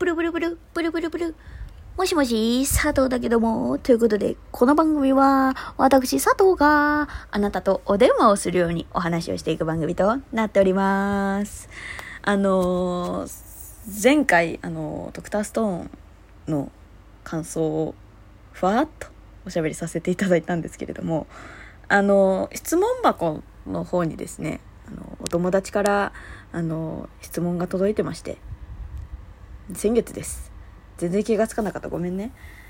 ブルブルブル、ブルブルブル。もしもし、佐藤だけども。ということで、この番組は、私佐藤があなたとお電話をするようにお話をしていく番組となっております。前回、ドクターストーンの感想をふわっとおしゃべりさせていただいたんですけれども、質問箱の方にですね、お友達から質問が届いてまして、先月です。全然気がつかなかった、ごめんね。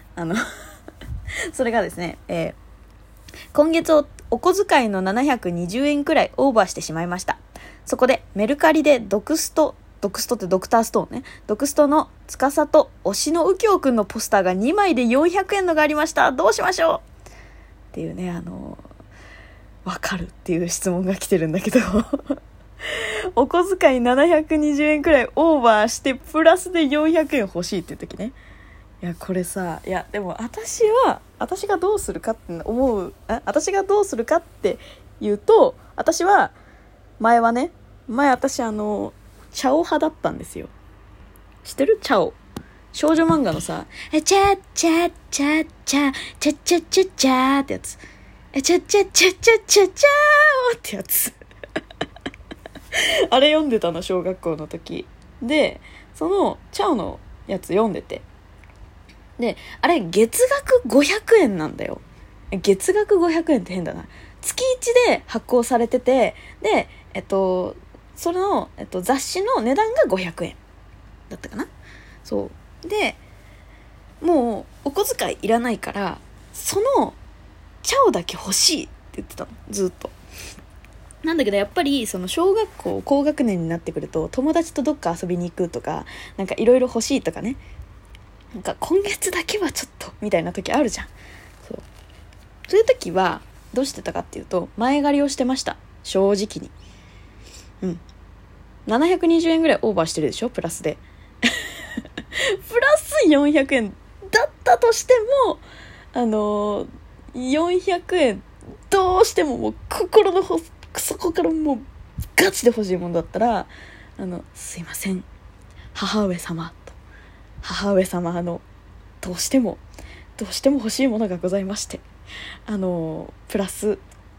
それがですね、今月お小遣いの720円くらいオーバーしてしまいました。そこでメルカリでドクストってドクターストーンね、ドクストの司と推しの右京くんのポスターが2枚で400円のがありました。どうしましょうっていうね、わかるっていう質問が来てるんだけどお小遣い720円くらいオーバーしてプラスで400円欲しいっていう時ね。いやこれさ、いやでも私がどうするかって私がどうするかって言うと、私は前私チャオ派だったんですよ。知ってる？チャオ、少女漫画のさ、チャッチャッチャッチャチャッチャッチャッチャーってやつ、チャッチャッチャッチャッチャッチャーってやつあれ読んでたの、小学校の時で。そのチャオのやつ読んでて、であれ月額500円なんだよ。月額500円って変だな。月1で発行されてて、でその、雑誌の値段が500円だったかな。そうで、もうお小遣いいらないから、そのチャオだけ欲しいって言ってたの、ずっと。なんだけどやっぱりその小学校高学年になってくると、友達とどっか遊びに行くとか、なんかいろいろ欲しいとかね、なんか今月だけはちょっとみたいな時あるじゃん。そういう時はどうしてたかっていうと、前借りをしてました、正直に。720円ぐらいオーバーしてるでしょ、プラスでプラス400円だったとしても、400円どうしてももう心のそこからもうガチで欲しいものだったら、すいません母上様と、母上様どうしても欲しいものがございまして、プラス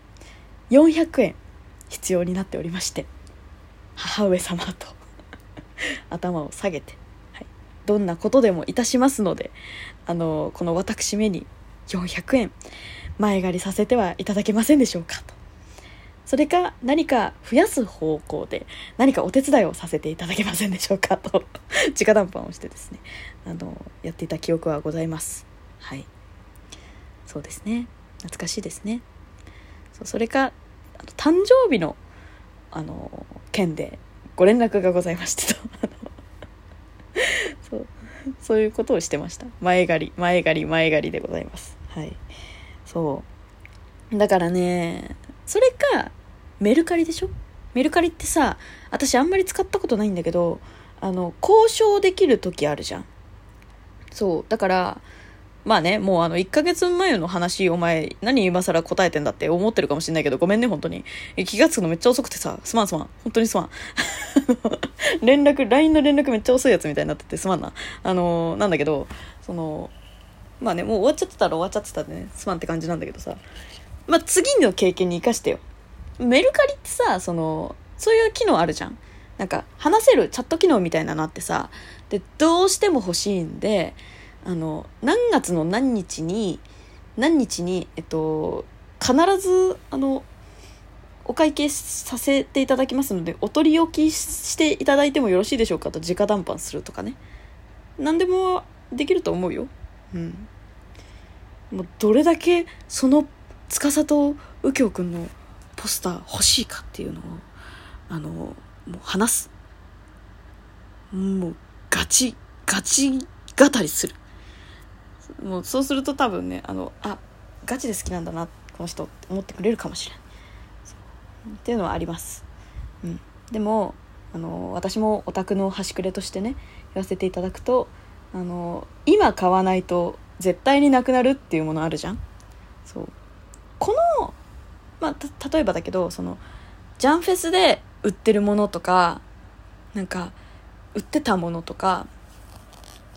400円必要になっておりまして、母上様と頭を下げて、はい、どんなことでもいたしますので、この私めに400円前借りさせてはいただけませんでしょうかと。それか何か増やす方向で何かお手伝いをさせていただけませんでしょうかと直談判をしてですね、やっていた記憶はございます。はい、そうですね、懐かしいですね。それか誕生日の件でご連絡がございましてとそういうことをしてました。前借りでございます。はい、そうだからね、それかメルカリでしょ。メルカリってさ、私あんまり使ったことないんだけど、交渉できる時あるじゃん。そうだからまあね、もう1ヶ月前の話、お前何今更答えてんだって思ってるかもしれないけど、ごめんね本当に。気がつくのめっちゃ遅くてさ、すまん本当にすまんLINE の連絡めっちゃ遅いやつみたいになっててすまんな。なんだけど、まあね、もう終わっちゃってたでね、すまんって感じなんだけどさ、まあ次の経験に生かしてよ。メルカリってさ、そういう機能あるじゃん。なんか話せるチャット機能みたいなのあってさ、でどうしても欲しいんで、何月の何日に必ずお会計させていただきますので、お取り置きしていただいてもよろしいでしょうかと直談判するとかね、何でもできると思うよ。もうどれだけその司と右京くんのポスター欲しいかっていうのをもう話す。もうガチ語りする。もうそうすると多分ね、ガチで好きなんだなこの人って思ってくれるかもしれないっていうのはあります。でも私もオタクの端くれとしてね、言わせていただくと、今買わないと絶対になくなるっていうものあるじゃん。そうこの例えばだけど、ジャンフェスで売ってるものとか、なんか売ってたものとか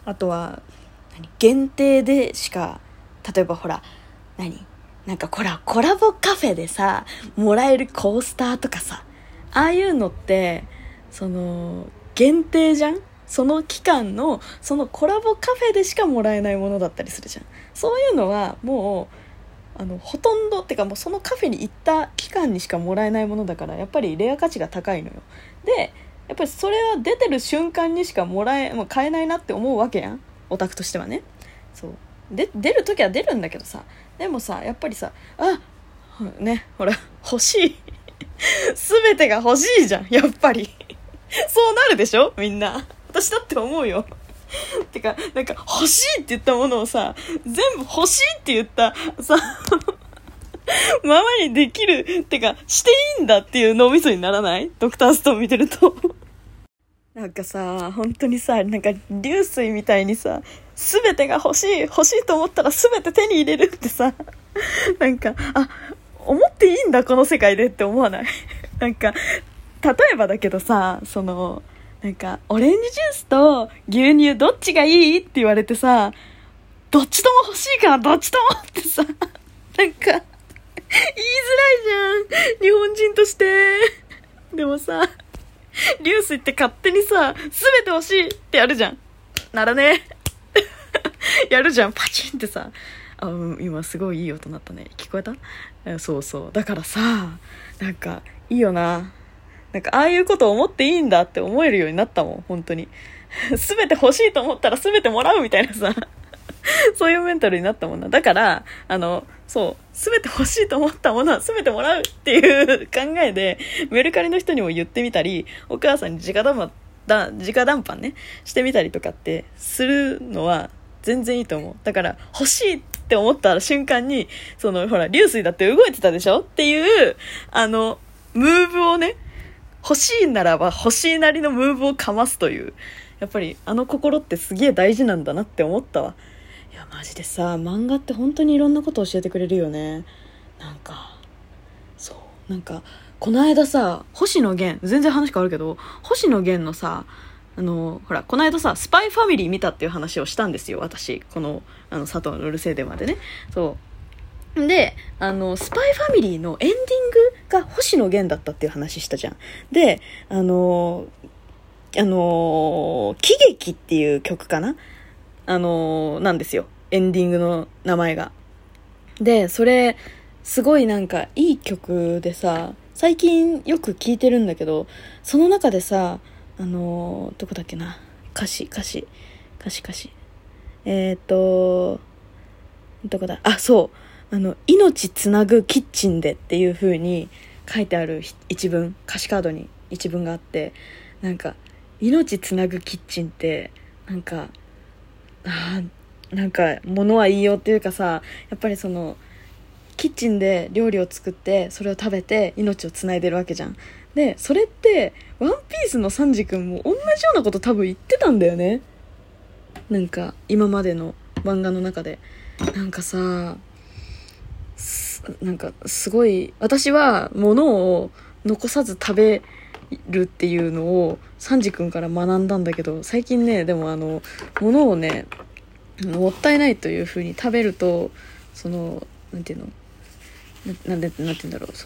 あとは限定でしか、例えばほらなんかコラボカフェでさもらえるコースターとかさ、ああいうのってその限定じゃん。その期間のそのコラボカフェでしかもらえないものだったりするじゃん。そういうのはもうほとんどってかもうそのカフェに行った期間にしかもらえないものだから、やっぱりレア価値が高いのよ。でやっぱりそれは出てる瞬間にしかもう買えないなって思うわけやん、オタクとしてはね。そうで出るときは出るんだけどさ、でもさやっぱりさね、ほら欲しい全てが欲しいじゃん、やっぱりそうなるでしょ、みんな。私だって思うよてかなんか欲しいって言ったものをさ全部欲しいって言ったさままにできるってかしていいんだっていう脳みそにならない？ドクターストーン見てるとなんかさ本当にさ、なんか流水みたいにさ全てが欲しいと思ったら全て手に入れるってさなんか思っていいんだこの世界でって思わないなんか例えばだけどさ、なんかオレンジジュースと牛乳どっちがいいって言われてさ、どっちとも欲しいからどっちともってさなんか言いづらいじゃん日本人として。でもさ流水って勝手にさ全て欲しいってやるじゃん。ならねやるじゃん、パチンってさ。今すごいいい音鳴ったね、聞こえた？そうだからさ、なんかいいよな。なんかああいうこと思っていいんだって思えるようになったもん、本当に全て欲しいと思ったら全てもらうみたいなさそういうメンタルになったもんな。だから全て欲しいと思ったものは全てもらうっていう考えでメルカリの人にも言ってみたり、お母さんに直談判ねしてみたりとかってするのは全然いいと思う。だから欲しいって思った瞬間にほら流水だって動いてたでしょっていうムーブをね、欲しいならば欲しいなりのムーブをかますという、やっぱり心ってすげえ大事なんだなって思ったわ。いやマジでさ、漫画って本当にいろんなこと教えてくれるよね。なんかこの間さ、星野源、全然話変わるけど星野源のさほらこの間さスパイファミリー見たっていう話をしたんですよ、私。この佐藤のうるせえ電話でね。そうでスパイファミリーのエンディングが星野源だったっていう話したじゃん。で喜劇っていう曲かな、なんですよ、エンディングの名前が。でそれすごいなんかいい曲でさ、最近よく聴いてるんだけど、その中でさどこだっけな、歌詞どこだ、命つなぐキッチンでっていう風に書いてある一文、歌詞カードに一文があって、なんか命つなぐキッチンってなんか物は言いようっていうかさ、やっぱりキッチンで料理を作ってそれを食べて命をつないでるわけじゃん。でそれってワンピースのサンジ君も同じようなこと多分言ってたんだよね。なんか今までの漫画の中でなんかさ、なんかすごい、私は物を残さず食べるっていうのをサンジ君から学んだんだけど、最近ねでも物をねもったいないという風に食べるとなんていうの、なんていうんだろう、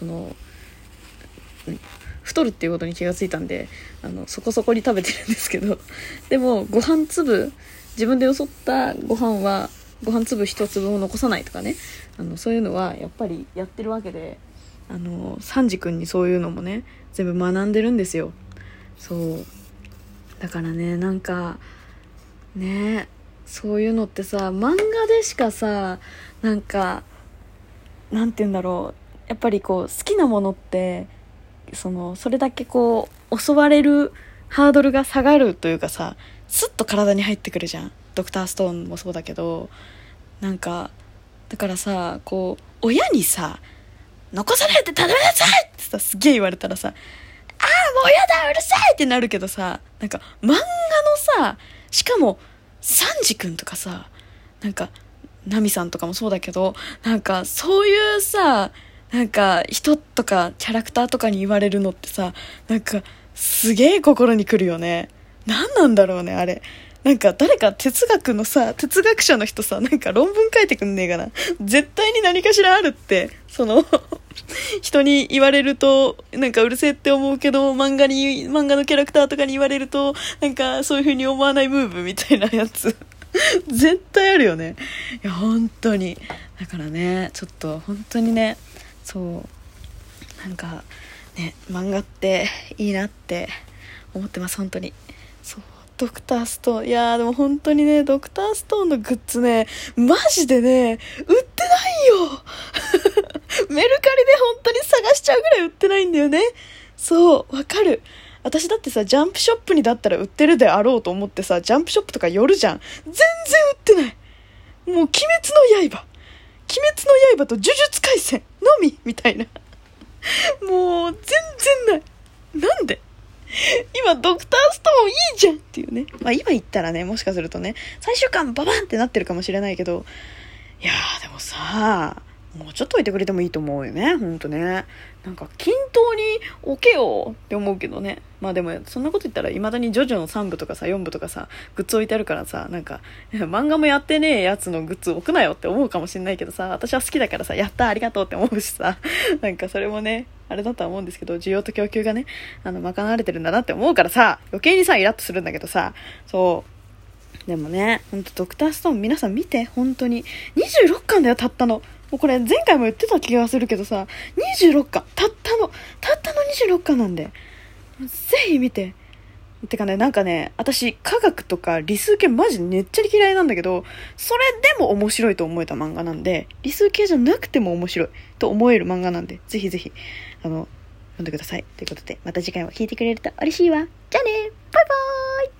太るっていうことに気がついたんでそこそこに食べてるんですけど、でもご飯粒、自分でよそったご飯粒一粒も残さないとかね、そういうのはやっぱりやってるわけで、サンジ君にそういうのもね全部学んでるんですよ。そうだからね、なんかね、そういうのってさ漫画でしかさ、なんかなんて言うんだろう、やっぱり好きなものってそれだけ襲われるハードルが下がるというかさ、スッと体に入ってくるじゃん。ドクターストーンもそうだけど、なんかだからさ親にさ残さないで食べなさいってさすげえ言われたらさ、もうやだうるさいってなるけどさ、なんか漫画のさ、しかもサンジ君とかさ、なんかナミさんとかもそうだけど、なんかそういうさ、なんか人とかキャラクターとかに言われるのってさ、なんかすげえ心にくるよね。何なんだろうねあれ。 なんか誰か哲学者の人さ、なんか論文書いてくんねえかな。絶対に何かしらあるって、人に言われると、なんかうるせえって思うけど、漫画のキャラクターとかに言われると、なんかそういう風に思わないムーブみたいなやつ。絶対あるよね。いや、本当に。だからね、ちょっと本当にね、なんか、ね、漫画っていいなって思ってます、本当に。ドクターストーン。いやーでも本当にね、ドクターストーンのグッズね、マジでね、売ってないよメルカリで本当に探しちゃうぐらい売ってないんだよね。そう、わかる。私だってさ、ジャンプショップにだったら売ってるであろうと思ってさ、ジャンプショップとか寄るじゃん。全然売ってない。もう、鬼滅の刃と呪術廻戦のみみたいな。もう、全然ない。なんで今ドクターストーンいいじゃんっていうね。まあ今言ったらね、もしかするとね、最終巻ババンってなってるかもしれないけど、いやーでもさ、もうちょっと置いてくれてもいいと思うよね、ほんとね。なんか均等に置けよって思うけどね。まあでもそんなこと言ったら未だにジョジョの3部とかさ4部とかさグッズ置いてあるからさ、なんか漫画もやってねえやつのグッズ置くなよって思うかもしれないけどさ、私は好きだからさ、やったありがとうって思うしさ、なんかそれもねあれだとは思うんですけど、需要と供給がね賄われてるんだなって思うからさ、余計にさイラッとするんだけどさ、そうでもね、ほんとドクターストーン皆さん見て、本当に26巻だよ、たったの。もうこれ前回も言ってた気がするけどさ、26巻たったの26巻なんで、ぜひ見て。てかね、なんかね、私科学とか理数系マジめっちゃり嫌いなんだけど、それでも面白いと思えた漫画なんで、理数系じゃなくても面白いと思える漫画なんで、ぜひぜひ読んでくださいということで、また次回も聞いてくれると嬉しいわ。じゃあね、バイバーイ。